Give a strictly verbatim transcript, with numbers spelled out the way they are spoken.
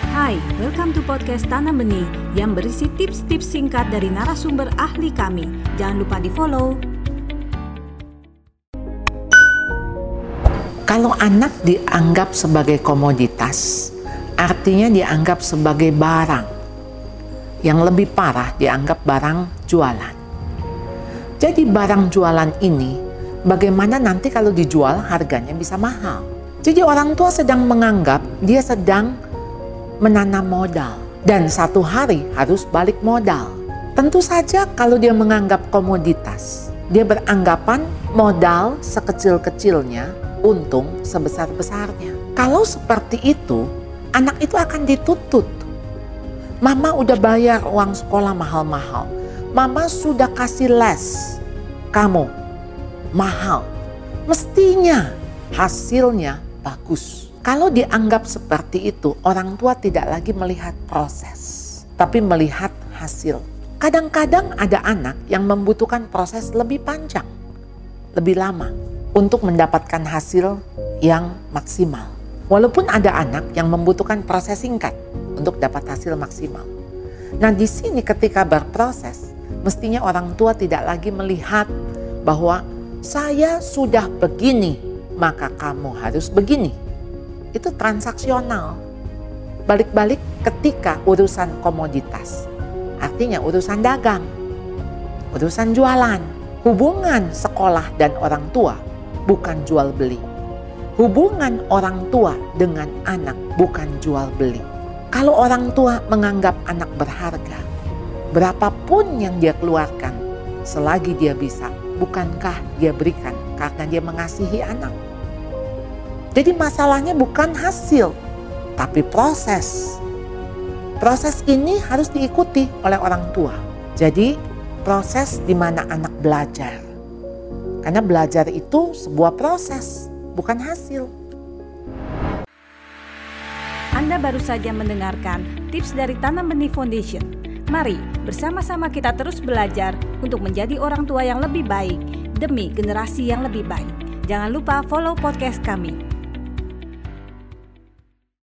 Hai, welcome to podcast Tanam Benih yang berisi tips-tips singkat dari narasumber ahli kami. Jangan lupa di-follow. Kalau anak dianggap sebagai komoditas, artinya dianggap sebagai barang. Yang lebih parah dianggap barang jualan. Jadi barang jualan ini, bagaimana nanti kalau dijual harganya bisa mahal. Jadi orang tua sedang menganggap dia sedang menanam modal dan satu hari harus balik modal. Tentu saja kalau dia menganggap komoditas, dia beranggapan modal sekecil-kecilnya, untung sebesar-besarnya. Kalau seperti itu, anak itu akan dituntut. Mama udah bayar uang sekolah mahal-mahal. Mama sudah kasih les. Kamu mahal. Mestinya hasilnya bagus. Kalau dianggap seperti itu, orang tua tidak lagi melihat proses, tapi melihat hasil. Kadang-kadang ada anak yang membutuhkan proses lebih panjang, lebih lama untuk mendapatkan hasil yang maksimal. Walaupun ada anak yang membutuhkan proses singkat untuk dapat hasil maksimal. Nah, di sini ketika berproses, mestinya orang tua tidak lagi melihat bahwa saya sudah begini, maka kamu harus begini. Itu transaksional. Balik-balik ketika urusan komoditas. Artinya urusan dagang, urusan jualan. Hubungan sekolah dan orang tua bukan jual beli. Hubungan orang tua dengan anak bukan jual beli. Kalau orang tua menganggap anak berharga, berapapun yang dia keluarkan, selagi dia bisa, bukankah dia berikan karena dia mengasihi anak? Jadi masalahnya bukan hasil, tapi proses. Proses ini harus diikuti oleh orang tua. Jadi proses di mana anak belajar. Karena belajar itu sebuah proses, bukan hasil. Anda baru saja mendengarkan tips dari Tanam Benih Foundation. Mari bersama-sama kita terus belajar untuk menjadi orang tua yang lebih baik demi generasi yang lebih baik. Jangan lupa follow podcast kami.